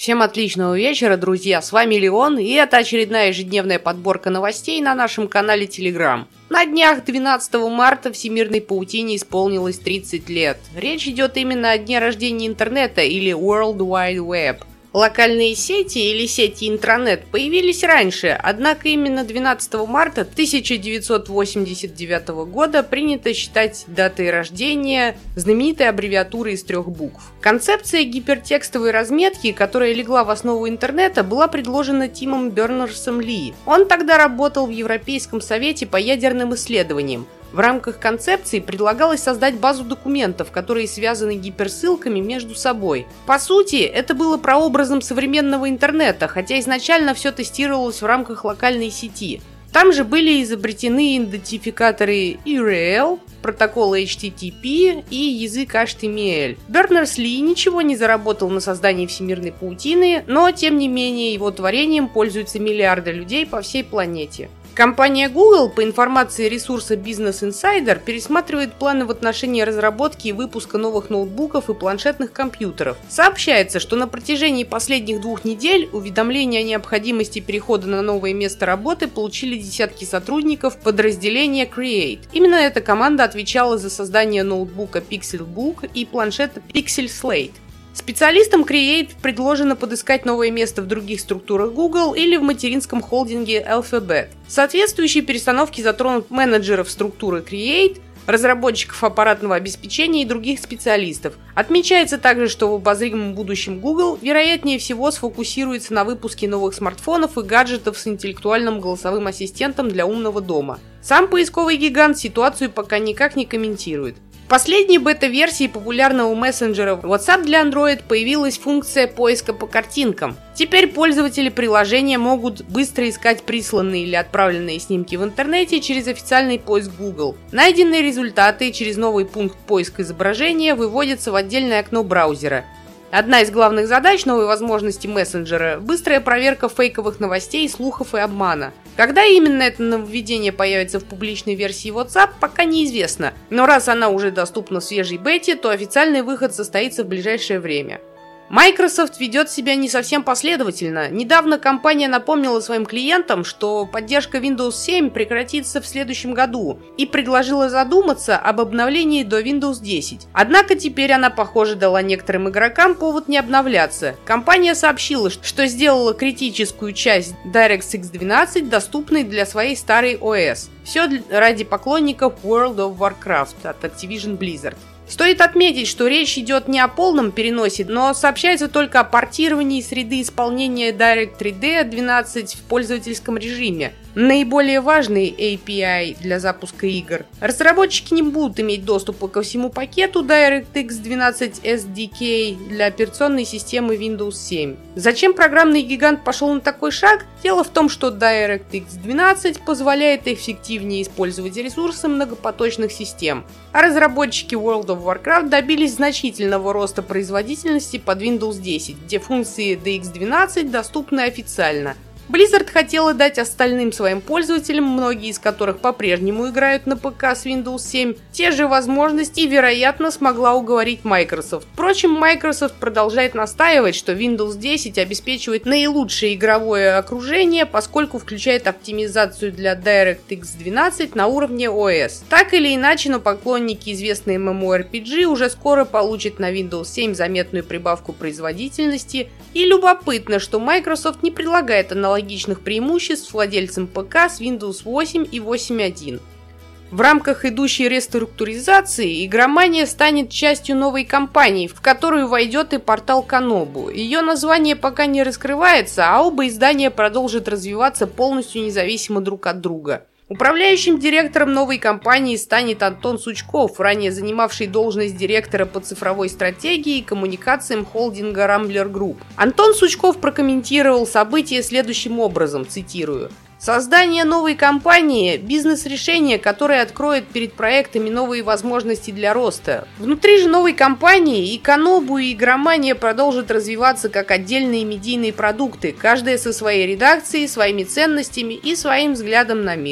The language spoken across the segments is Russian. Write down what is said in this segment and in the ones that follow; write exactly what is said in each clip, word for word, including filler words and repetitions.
Всем отличного вечера, друзья, с вами Леон, и это очередная ежедневная подборка новостей на нашем канале Telegram. На днях двенадцатого марта всемирной паутине исполнилось тридцать лет. Речь идет именно о дне рождения интернета или World Wide Web. Локальные сети или сети интранет появились раньше, однако именно двенадцатого марта тысяча девятьсот восемьдесят девятого года принято считать датой рождения знаменитой аббревиатуры из трех букв. Концепция гипертекстовой разметки, которая легла в основу интернета, была предложена Тимом Бернерсом Ли. Он тогда работал в Европейском совете по ядерным исследованиям. В рамках концепции предлагалось создать базу документов, которые связаны гиперссылками между собой. По сути, это было прообразом современного интернета, хотя изначально все тестировалось в рамках локальной сети. Там же были изобретены идентификаторы ю ар эл, протоколы эйч ти ти пи и язык эйч ти эм эль. Бернерс-Ли ничего не заработал на создании всемирной паутины, но тем не менее его творением пользуются миллиарды людей по всей планете. Компания Google, по информации ресурса Business Insider, пересматривает планы в отношении разработки и выпуска новых ноутбуков и планшетных компьютеров. Сообщается, что на протяжении последних двух недель уведомления о необходимости перехода на новое место работы получили десятки сотрудников подразделения Create. Именно эта команда отвечала за создание ноутбука Pixelbook и планшета Pixel Slate. Специалистам Create предложено подыскать новое место в других структурах Google или в материнском холдинге Alphabet. Соответствующие перестановки затронут менеджеров структуры Create, разработчиков аппаратного обеспечения и других специалистов. Отмечается также, что в обозримом будущем Google, вероятнее всего, сфокусируется на выпуске новых смартфонов и гаджетов с интеллектуальным голосовым ассистентом для умного дома. Сам поисковый гигант ситуацию пока никак не комментирует. В последней бета-версии популярного мессенджера WhatsApp для Android появилась функция поиска по картинкам. Теперь пользователи приложения могут быстро искать присланные или отправленные снимки в интернете через официальный поиск Google. Найденные результаты через новый пункт поиска изображения выводятся в отдельное окно браузера. Одна из главных задач новой возможности мессенджера – быстрая проверка фейковых новостей, слухов и обмана. Когда именно это нововведение появится в публичной версии WhatsApp, пока неизвестно, но раз она уже доступна в свежей бете, то официальный выход состоится в ближайшее время. Microsoft ведет себя не совсем последовательно. Недавно компания напомнила своим клиентам, что поддержка Windows семь прекратится в следующем году и предложила задуматься об обновлении до Windows десять. Однако теперь она, похоже, дала некоторым игрокам повод не обновляться. Компания сообщила, что сделала критическую часть DirectX двенадцать доступной для своей старой о эс. Все ради поклонников World of Warcraft от Activision Blizzard. Стоит отметить, что речь идет не о полном переносе, но сообщается только о портировании среды исполнения Direct три дэ двенадцать в пользовательском режиме. Наиболее важный эй пи ай для запуска игр. Разработчики не будут иметь доступа ко всему пакету DirectX двенадцать эс ди кей для операционной системы Windows семь. Зачем программный гигант пошел на такой шаг? Дело в том, что DirectX двенадцать позволяет эффективнее использовать ресурсы многопоточных систем, а разработчики World of Warcraft добились значительного роста производительности под Windows десять, где функции ди икс двенадцать доступны официально. Blizzard хотела дать остальным своим пользователям, многие из которых по-прежнему играют на ПК с Windows семь, те же возможности и, вероятно, смогла уговорить Microsoft. Впрочем, Microsoft продолжает настаивать, что Windows десять обеспечивает наилучшее игровое окружение, поскольку включает оптимизацию для DirectX двенадцать на уровне о эс. Так или иначе, но поклонники известной эм эм о эр пи джи уже скоро получат на Windows семь заметную прибавку производительности, и любопытно, что Microsoft не предлагает аналогичных логичных преимуществ владельцам ПК с Windows восемь и восемь точка один. В рамках идущей реструктуризации игромания станет частью новой компании, в которую войдет и портал Konobu. Ее название пока не раскрывается, а оба издания продолжат развиваться полностью независимо друг от друга. Управляющим директором новой компании станет Антон Сучков, ранее занимавший должность директора по цифровой стратегии и коммуникациям холдинга Rambler Group. Антон Сучков прокомментировал события следующим образом, цитирую: «Создание новой компании – бизнес-решение, которое откроет перед проектами новые возможности для роста. Внутри же новой компании и Konobu, и игромания продолжат развиваться как отдельные медийные продукты, каждая со своей редакцией, своими ценностями и своим взглядом на мир».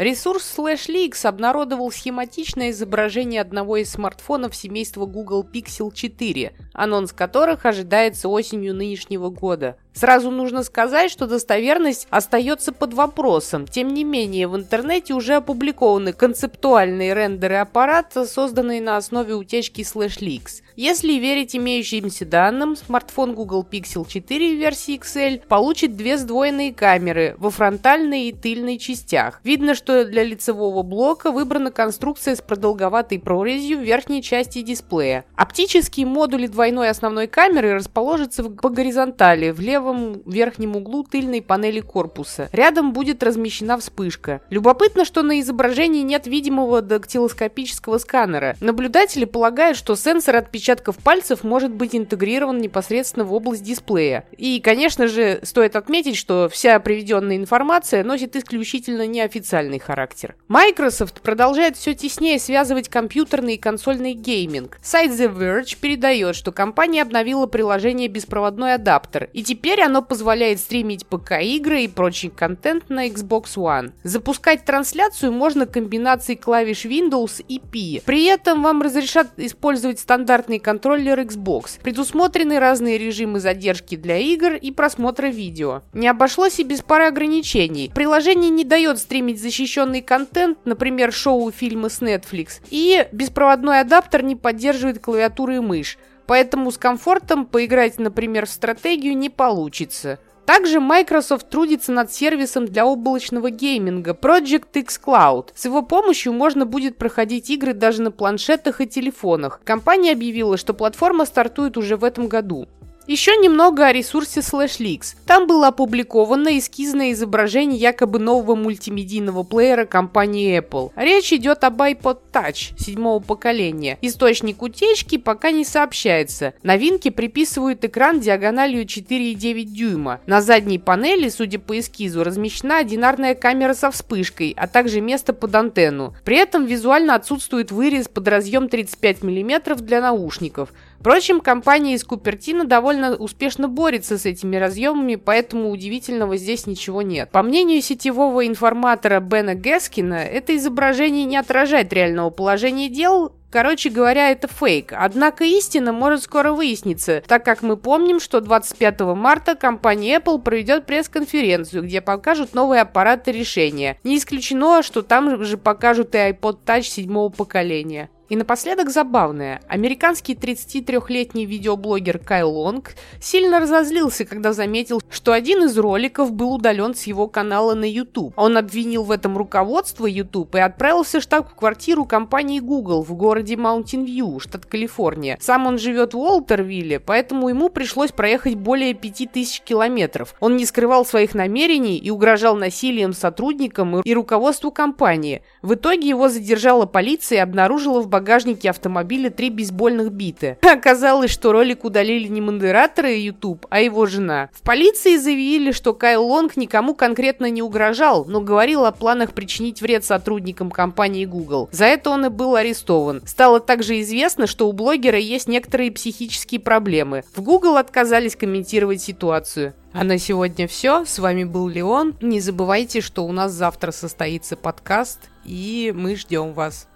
Ресурс SlashLeaks обнародовал схематичное изображение одного из смартфонов семейства Google Pixel четыре, анонс которых ожидается осенью нынешнего года. Сразу нужно сказать, что достоверность остается под вопросом. Тем не менее, в интернете уже опубликованы концептуальные рендеры аппарата, созданные на основе утечки SlashLeaks. Если верить имеющимся данным, смартфон Google Pixel четыре в версии икс эль получит две сдвоенные камеры во фронтальной и тыльной частях. Видно, что для лицевого блока выбрана конструкция с продолговатой прорезью в верхней части дисплея. Оптические модули двойной основной камеры расположатся по горизонтали в левом В верхнем углу тыльной панели корпуса. Рядом будет размещена вспышка. Любопытно, что на изображении нет видимого дактилоскопического сканера. Наблюдатели полагают, что сенсор отпечатков пальцев может быть интегрирован непосредственно в область дисплея. И, конечно же, стоит отметить, что вся приведенная информация носит исключительно неофициальный характер. Microsoft продолжает все теснее связывать компьютерный и консольный гейминг. Сайт The Verge передает, что компания обновила приложение «Беспроводной адаптер», и теперь Теперь оно позволяет стримить пэ ка-игры и прочий контент на Xbox One. Запускать трансляцию можно комбинацией клавиш Windows и P. При этом вам разрешат использовать стандартный контроллер Xbox. Предусмотрены разные режимы задержки для игр и просмотра видео. Не обошлось и без пары ограничений. Приложение не дает стримить защищенный контент, например, шоу и фильмы с Netflix, и беспроводной адаптер не поддерживает клавиатуру и мышь. Поэтому с комфортом поиграть, например, в стратегию не получится. Также Microsoft трудится над сервисом для облачного гейминга Project xCloud. С его помощью можно будет проходить игры даже на планшетах и телефонах. Компания объявила, что платформа стартует уже в этом году. Еще немного о ресурсе SlashLeaks. Там было опубликовано эскизное изображение якобы нового мультимедийного плеера компании Apple. Речь идет об iPod Touch седьмого поколения. Источник утечки пока не сообщается. Новинке приписывают экран диагональю четыре и девять дюйма. На задней панели, судя по эскизу, размещена одинарная камера со вспышкой, а также место под антенну. При этом визуально отсутствует вырез под разъем тридцать пять миллиметров для наушников. Впрочем, компания из Купертино довольно успешно борется с этими разъемами, поэтому удивительного здесь ничего нет. По мнению сетевого информатора Бена Гескина, это изображение не отражает реального положения дел. Короче говоря, это фейк. Однако истина может скоро выясниться, так как мы помним, что двадцать пятого марта компания Apple проведет пресс-конференцию, где покажут новые аппараты решения. Не исключено, что там же покажут и iPod Touch седьмого поколения. И напоследок забавное. Американский тридцатитрёхлетний видеоблогер Кайл Лонг сильно разозлился, когда заметил, что один из роликов был удален с его канала на YouTube. Он обвинил в этом руководство YouTube и отправился в штаб-квартиру компании Google в городе Маунтин-Вью, штат Калифорния. Сам он живет в Уолтервилле, поэтому ему пришлось проехать более пяти тысяч километров. Он не скрывал своих намерений и угрожал насилием сотрудникам и руководству компании. В итоге его задержала полиция и обнаружила в багажнике В багажнике автомобиля три бейсбольных биты. Оказалось, что ролик удалили не модераторы YouTube, а его жена. В полиции заявили, что Кайл Лонг никому конкретно не угрожал, но говорил о планах причинить вред сотрудникам компании Google. За это он и был арестован. Стало также известно, что у блогера есть некоторые психические проблемы. В Google отказались комментировать ситуацию. А на сегодня все. С вами был Леон. Не забывайте, что у нас завтра состоится подкаст, и мы ждем вас.